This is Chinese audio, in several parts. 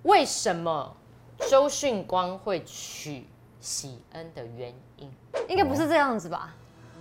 为什么周迅光会娶喜恩的原因？ 应该不是这样子吧？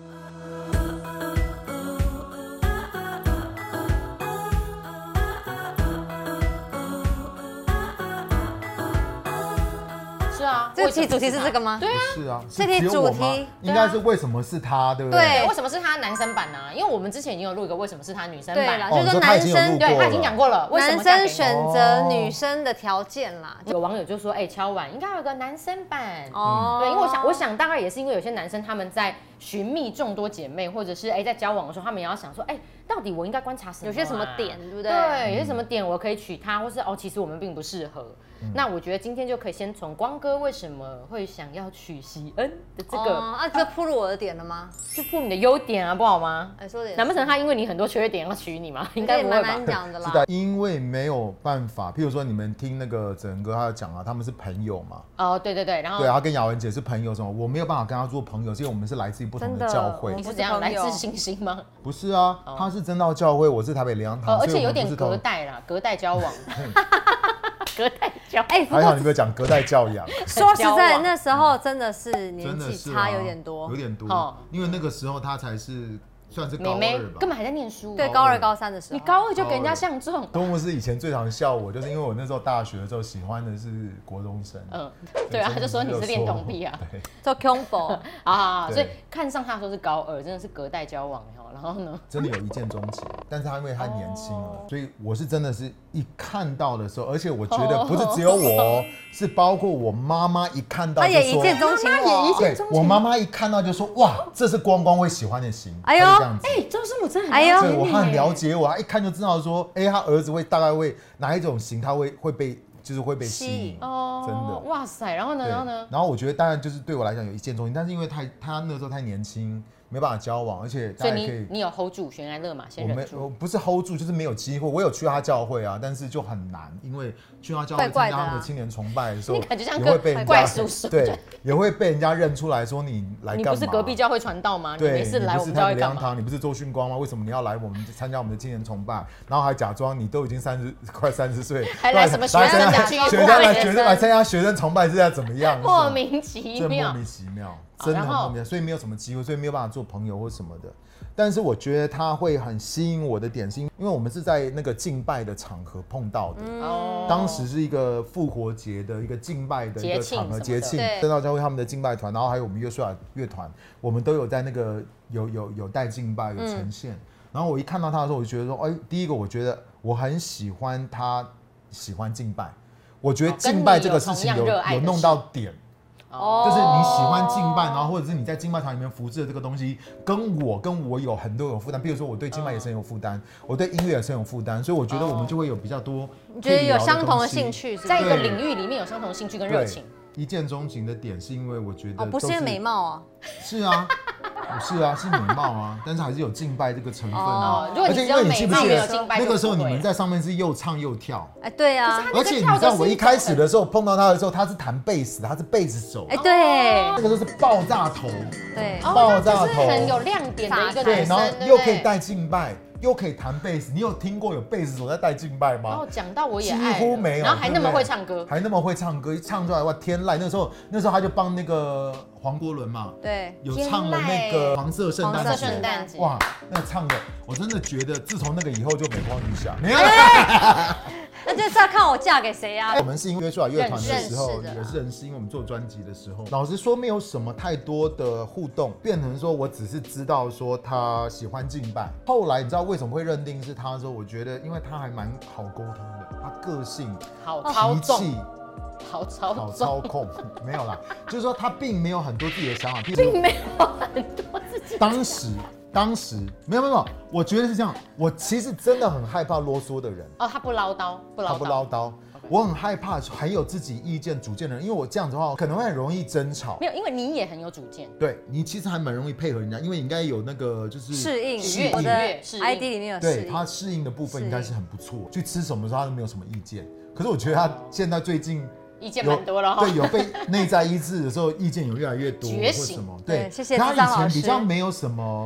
是啊， 这题主题是这个吗？ 对啊， 是啊， 这题主题应该是为什么是他，对不对？ 对为什么是他男生版呢？因为我们之前已经有录一个为什么是他女生版， 对啦， 哦就是说男生对他已经讲过了，为什么嫁给你男生选择女生的条件啦。 有网友就说，敲碗应该有个男生版哦， 对，因为我想大概也是因为有些男生他们在寻觅众多姐妹，或者是在交往的时候，他们也要想说，到底我应该观察什么？ 有些什么点，对不对？ 对，有些什么点我可以娶她，或是其实我们并不适合。那我觉得今天就可以先从光哥为什么会想要娶喜恩的这个， 这铺入我的点了吗？ 就铺你的优点啊，不好吗？ 说点， 难不成他因为你很多缺点要娶你吗？应该不会吧？ 蛮难讲的啦。 是的，因为没有办法，譬如说你们听那个整哥他讲啊，他们是朋友嘛。 哦，对，然后对，他跟雅文姐是朋友什么，我没有办法跟他做朋友，是因为我们是来自于不同的教会。 你是怎样来自星星吗？ 不是啊，他是真道教会，我是台北灵粮堂， 而且有点隔代啦，隔代交往。隔代教， 还好你没有讲隔代教养。 说实在，那时候真的是年纪差有点多， 有点多，因为那个时候他才是算是高二吧， 根本还在念书。 对，高二、高三的时候， 你高二就给人家相中。 东木是以前最常笑我，就是因为我那时候大学的时候喜欢的是国中生。 对啊，他就说你是恋童癖啊， 做 combo 啊，所以看上他的时候是高二，真的是隔代交往。然后呢， 真的有一见钟情，但是他因为他年轻了，所以我是真的是一看到的时候，而且我觉得不是只有我，是包括我妈妈一看到就说， 她也一见钟情， 也一见钟情。 我妈妈一看到就说，哇，这是光光会喜欢的型。 哎呦， 这样子， 周师母真的很了解你， 我很了解我，他一看就知道说，他儿子会大概会哪一种型，他会被。就是会被吸引真的， 哇塞！然后呢？ 然后我觉得当然就是对我来讲有一见钟情，但是因为他那时候太年轻，没办法交往，而且所以你有 hold 住悬崖勒马，先忍住。 我不是 hold 住，就是没有机会。我有去他教会啊，但是就很难，因为去他教会参加他们的青年崇拜的时候， 你感觉像也会被人家怪叔叔， 对，也会被人家认出来说你来干嘛？ 你不是隔壁教会传道吗？ 对， 你没事来我们教会干嘛？ 你不是周迅光吗？为什么你要来我们参加我们的青年崇拜？然后还假装你都已经快30岁， 还来什么学生家聚会？ 来参加学生崇拜是要怎么样？ 莫名其妙， 莫名其妙，真的很莫名其妙，所以没有什么机会，所以没有办法做朋友或什么的。但是我觉得他会很吸引我的点，是因为我们是在那个敬拜的场合碰到的。当时是一个复活节的一个敬拜的一个场合节庆，真道教会他们的敬拜团，然后还有我们约书亚乐团，我们都有在那个有带敬拜有呈现。然后我一看到他的时候，我就觉得说，第一个我觉得我很喜欢他喜欢敬拜。我觉得敬拜这个事情有弄到点，就是你喜欢敬拜，然后或者是你在敬拜团里面服侍的这个东西，跟我有很多有负担。比如说我对敬拜也是很有负担，我对音乐也是很有负担，所以我觉得我们就会有比较多， 你觉得有相同的兴趣， 在一个领域里面有相同的兴趣跟热情。 一见钟情的点是因为我觉得不是因为美貌啊， 是啊。是啊，是美貌啊，但是还是有敬拜这个成分啊。 而且因为你记不记得那个时候你们在上面是又唱又跳？ 对啊。 而且你知道我一开始的时候碰到他的时候，他是弹贝斯，他是贝斯手。 对。 那个时候是爆炸头。 对。 爆炸头。 很有亮点的一个对，然后又可以带敬拜，又可以弹贝斯。你有听过有贝斯手在带敬拜吗？ 讲到我也几乎没有， 然后还那么会唱歌， 一唱出来哇天籁！那时候他就帮那个黄国伦嘛， 对， 有唱了那个黄色圣诞节， 哇，那唱的我真的觉得自从那个以后就每况愈下。没有， 那就是要看我嫁给谁啊。 我们是因为约书亚乐团的时候也是认识，因为我们做专辑的时候，老实说没有什么太多的互动，变成说我只是知道说他喜欢敬拜。后来你知道为什么会认定是他的时候，我觉得因为他还蛮好沟通的，他个性好脾气。 好操控，没有啦，就是说他并没有很多自己的想法， 并没有很多自己。 当时没有，我觉得是这样。我其实真的很害怕啰嗦的人。 他不唠叨， 我很害怕很有自己意见、主见的人，因为我这样子的话可能会很容易争吵。 没有，因为你也很有主见。 对，你其实还蛮容易配合人家，因为你应该有那个就是适应。我的 ID 里面有适应， 对他适应的部分应该是很不错。去吃什么的时候他都没有什么意见。可是我觉得他现在最近意见蛮多了， 对，有被内在医治的时候，意见有越来越多， 觉醒。 什么？对， 谢谢。他以前比较没有什么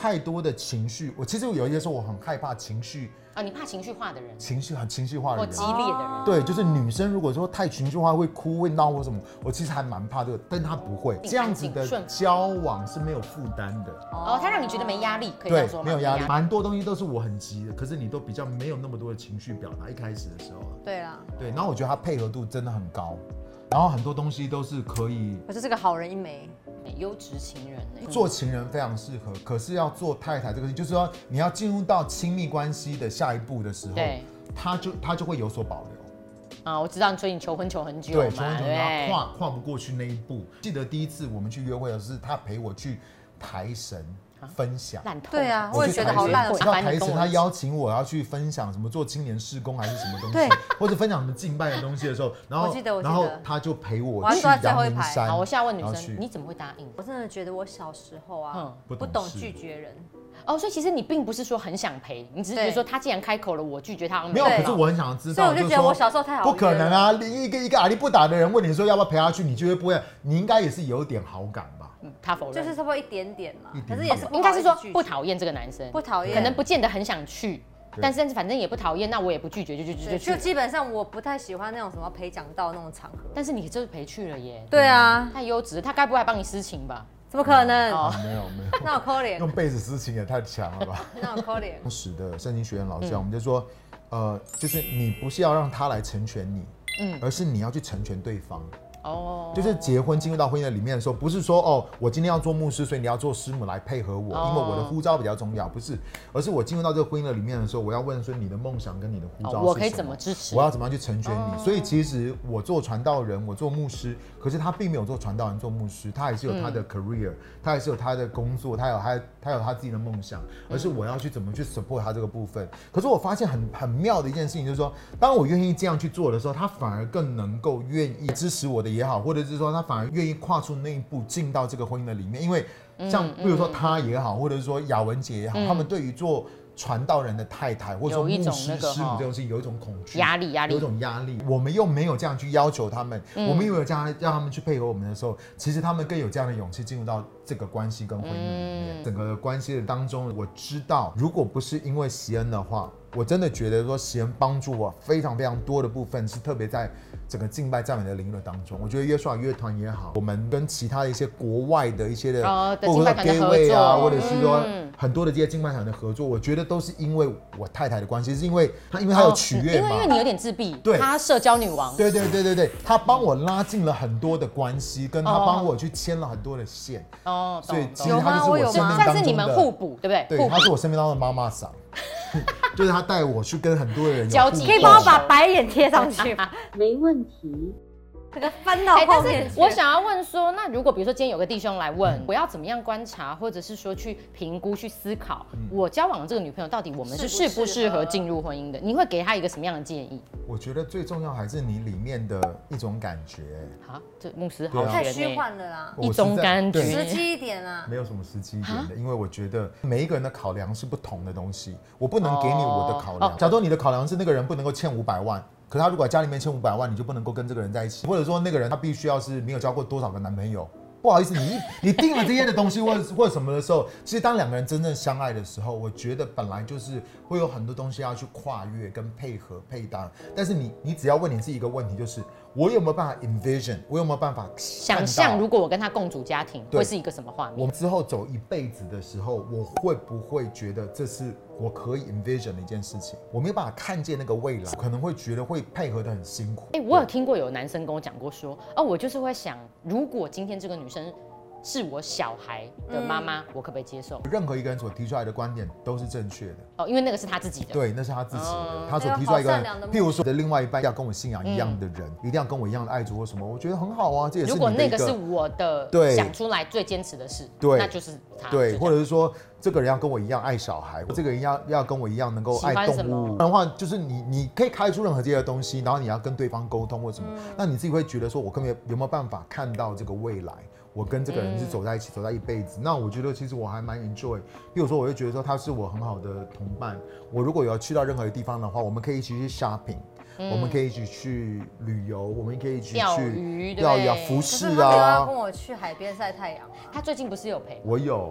太多的情绪，其实有一些时候我很害怕情绪。 你怕情绪化的人， 情绪化的人， 或激烈的人， 对，就是女生如果说太情绪化会哭会闹或什么，我其实还蛮怕这个，但她不会这样子的交往是没有负担的。 他让你觉得没压力，可以这样说吗？ 没有压力，蛮多东西都是我很急的，可是你都比较没有那么多的情绪表达，一开始的时候。 对啊， 对，然后我觉得他配合度真的很高，然后很多东西都是可以。 我就是个好人一枚。 优质情人做情人非常适合，可是要做太太这个事，就是说你要进入到亲密关系的下一步的时候，他就会有所保留。 我知道，所以你求婚求很久， 对，求婚求很久，跨不过去那一步。记得第一次我们去约会的是他陪我去台神分享， 对啊，我也觉得好烂。 我到台神，他邀请我要去分享什么做青年事工还是什么东西，或者分享什么敬拜的东西的时候，然后他就陪我去阳明山。 好，我现在问女生，你怎么会答应？ 我真的觉得我小时候啊，不懂拒绝人。 所以其实你并不是说很想陪，你只是觉得说他既然开口了，我拒绝他没有。可是我很想知道， 所以我就觉得我小时候太好， 不可能啊！一个阿力不打的人问你说要不要陪他去，你就会不会？你应该也是有点好感吧？ 他否认， 就是差不多一点点嘛。可是也是应该是说不讨厌这个男生， 不讨厌， 可能不见得很想去，但是反正也不讨厌，那我也不拒绝， 就基本上我不太喜欢那种什么陪讲道那种场合。 但是你就是陪去了耶。 对啊， 太优质，他该不会还帮你私情吧？ 怎么可能？ 没有， 那我可怜， 用被子私情也太强了吧？ 那我可怜。 当时的圣经学院老师，我们就说，就是你不是要让他来成全你，而是你要去成全对方。就是结婚进入到婚姻的里面的时候，不是说我今天要做牧师，所以你要做师母来配合我，因为我的呼召比较重要，不是，而是我进入到这个婚姻的里面的时候，我要问说你的梦想跟你的呼召是什么， 我可以怎么支持， 我要怎么样去成全你。所以其实我做传道人，我做牧师，可是他并没有做传道人做牧师，他还是有他的 career，他还是有他的工作，他有他自己的梦想，而是我要去怎么去 support 他这个部分。可是我发现很妙的一件事情就是说，当我愿意这样去做的时候，他反而更能够愿意支持我的也好，或者是说他反而愿意跨出那一步进到这个婚姻的里面。因为像比如说他也好，或者是说雅文姐也好，他们对于做传道人的太太或者说牧师师母这种事情有一种恐惧压力， 有一种压力。我们又没有这样去要求他们，我们又没有这样让他们去配合我们的时候，其实他们更有这样的勇气进入到这个关系跟婚姻里面。整个关系的当中，我知道如果不是因为席恩的话，我真的觉得说席恩帮助我非常非常多的部分，是特别在整个敬拜赞美的领域当中。我觉得约书亚乐团也好，我们跟其他的一些国外的一些的敬拜团的合作啊，或者是说很多的这些敬拜团的合作，我觉得都是因为我太太的关系，是因为她有取悦嘛， 因为你有点自闭， 对， 她社交女王， 对，她帮我拉近了很多的关系，跟她帮我去牵了很多的线，所以其实她就是我生命当中的， 算是你们互补，对不对？ 对，她是我生命当中的妈妈桑。就是他带我去跟很多人交际， 可以帮我把白眼贴上去吗？ 没问题。 这个翻到后面。 我想要问说，那如果比如说今天有个弟兄来问，我要怎么样观察，或者是说去评估、去思考，我交往的这个女朋友到底我们是适不适合进入婚姻的？你会给他一个什么样的建议？ 我觉得最重要还是你里面的一种感觉。 好，这牧师好太虚幻了啦， 一种感觉， 实际一点啊。 没有什么实际一点的，因为我觉得每一个人的考量是不同的东西，我不能给你我的考量。假如你的考量是那个人不能够欠500万。可是他如果家里面欠500万，你就不能够跟这个人在一起，或者说那个人他必须要是没有交过多少个男朋友。不好意思，你定了这些的东西或者什么的时候，其实当两个人真正相爱的时候，我觉得本来就是会有很多东西要去跨越跟配合配搭。但是你只要问你自己一个问题，就是我有没有办法 envision， 我有没有办法想象，如果我跟他共组家庭，会是一个什么画面？ 我们之后走一辈子的时候，我会不会觉得这是我可以 envision 的一件事情？我没有办法看见那个未来，可能会觉得会配合得很辛苦。 我有听过有男生跟我讲过说，我就是会想，如果今天这个女生是我小孩的妈妈，我可不可以接受？ 任何一个人所提出来的观点都是正确的因为那个是他自己的。 对，那是他自己的，他所提出来一个，譬如说的另外一半要跟我信仰一样的人，一定要跟我一样的爱主或什么，我觉得很好啊，这也是你的一个。 如果那个是我的想出来最坚持的事， 对， 那就是他。 对，或者是说这个人要跟我一样爱小孩，这个人要跟我一样能够爱动物的话，就是你可以开出任何这些东西，然后你要跟对方沟通或什么，那你自己会觉得说，我根本有没有办法看到这个未来？我跟这个人是走在一起，走在一辈子。那我觉得其实我还蛮 enjoy。比如说，我会觉得说他是我很好的同伴。我如果有要去到任何的地方的话，我们可以一起去 shopping，我们可以一起去旅游，我们可以一起去钓鱼啊、服饰啊。 他要跟我去海边晒太阳。 他最近不是有陪？ 我有。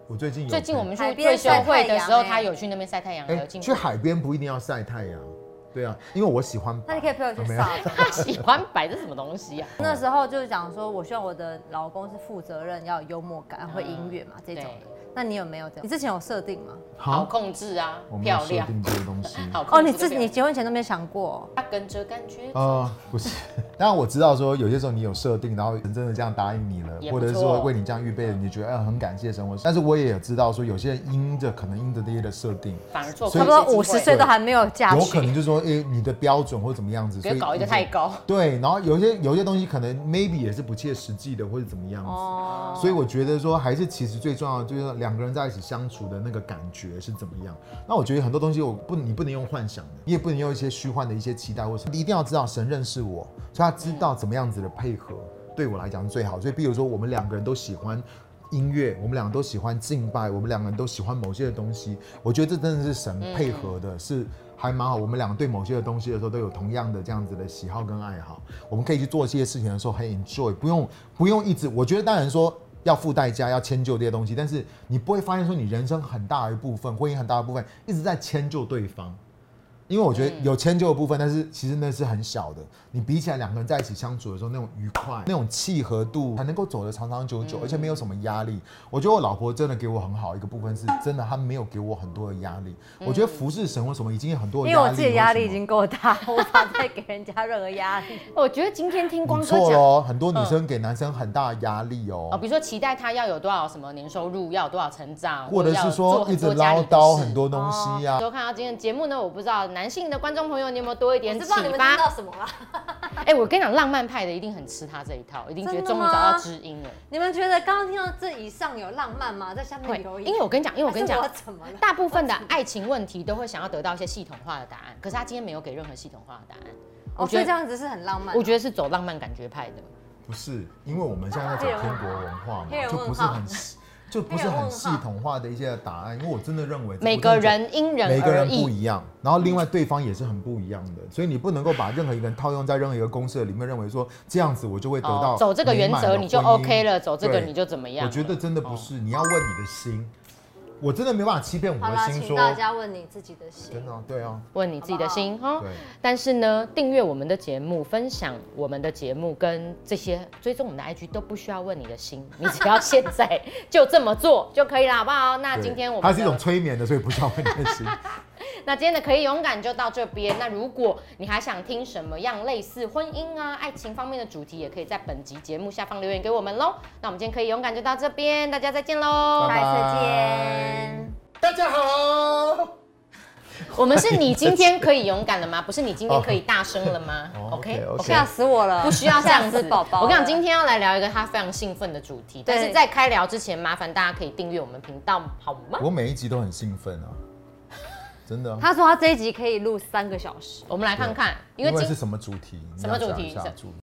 我最近我们去退休会的时候，他有去那边晒太阳， 去海边不一定要晒太阳。对啊，因为我喜欢白。 那你可以陪我去扫。 他喜欢白，这是什么东西啊？ 那时候就是讲说，我希望我的老公是负责任，要有幽默感，会音乐嘛这种的。那你有没有这样？你之前有设定吗？ 好控制啊，漂亮。 设定这些东西。 哦，你结婚前都没想过？ 他跟着感觉。 不是。当然我知道说，有些时候你有设定，然后人真的这样答应你了，或者是说为你这样预备了，你觉得很感谢生活。但是我也有知道说，有些人可能因着这些的设定， 反而错。 差不多50岁都还没有嫁娶。 有可能就是说，你的标准或怎么样子， 所以搞一个太高。 对，然后有些东西可能 maybe 也是不切实际的，或者怎么样子。所以我觉得说，还是其实最重要的就是两个人在一起相处的那个感觉是怎么样。那我觉得很多东西你不能用幻想的，你也不能用一些虚幻的一些期待或什么，你一定要知道神认识我，所以他知道怎么样子的配合对我来讲是最好。所以比如说我们两个人都喜欢音乐，我们两个都喜欢敬拜，我们两个人都喜欢某些的东西，我觉得这真的是神配合的，是还蛮好。我们两个对某些的东西的时候都有同样的这样子的喜好跟爱好，我们可以去做这些事情的时候很 enjoy， 不用一直。我觉得当然说要付代价，要迁就这些东西，但是你不会发现说你人生很大一部分，婚姻很大的部分一直在迁就对方。因为我觉得有迁就的部分，但是其实那是很小的。你比起来两个人在一起相处的时候，那种愉快、那种契合度，才能够走得长长久久，而且没有什么压力。我觉得我老婆真的给我很好一个部分，是真的她没有给我很多的压力。我觉得服侍神或什么已经有很多的压力， 因为我自己的压力已经够大，无法再给人家任何压力。 我觉得今天听光哥错了，很多女生给男生很大的压力哦。 比如说期待他要有多少什么年收入，要有多少成长， 或者是说一直唠叨很多东西呀。 都看到今天的节目呢，我不知道男性的观众朋友你有没有多一点启发？ 我知道你们听到什么了？ 我跟你讲，浪漫派的一定很吃他这一套，一定觉得终于找到知音了。 你们觉得刚刚听到这以上有浪漫吗？在下面留言。 因为我跟你讲，大部分的爱情问题都会想要得到一些系统化的答案，可是他今天没有给任何系统化的答案。 我觉得这样子是很浪漫。 我觉得是走浪漫感觉派的。 不是，因为我们现在在走天国文化嘛，就不是很系统化的一些答案，因为我真的认为每个人因人而异， 每个人不一样，然后另外对方也是很不一样的，所以你不能够把任何一个人套用在任何一个公式里面，认为说这样子我就会得到走这个原则你就 OK 了，走这个你就怎么样？ 我觉得真的不是，你要问你的心。我真的没办法欺骗我的心，说大家问你自己的心， 真的对啊， 问你自己的心哈。 对。 但是呢，订阅我们的节目，分享我们的节目，跟这些追踪我们的 IG 都不需要问你的心，你只要现在就这么做就可以了，好不好？那今天我们它是一种催眠的，所以不需要问你的心。 那今天的可以勇敢就到这边。那如果你还想听什么样类似婚姻啊、爱情方面的主题，也可以在本集节目下方留言给我们喽。那我们今天可以勇敢就到这边，大家再见喽， 下次见。 大家好， 我们是你今天可以勇敢了吗？不是你今天可以大声了吗 ？OK， 吓死我了， 不需要这样子， 宝宝。 我跟你讲，今天要来聊一个他非常兴奋的主题，但是在开聊之前，麻烦大家可以订阅我们频道，好吗？ 我每一集都很兴奋啊，真的。 他说他这一集可以录3个小时， 我们来看看， 因为是什么主题？ 什么主题？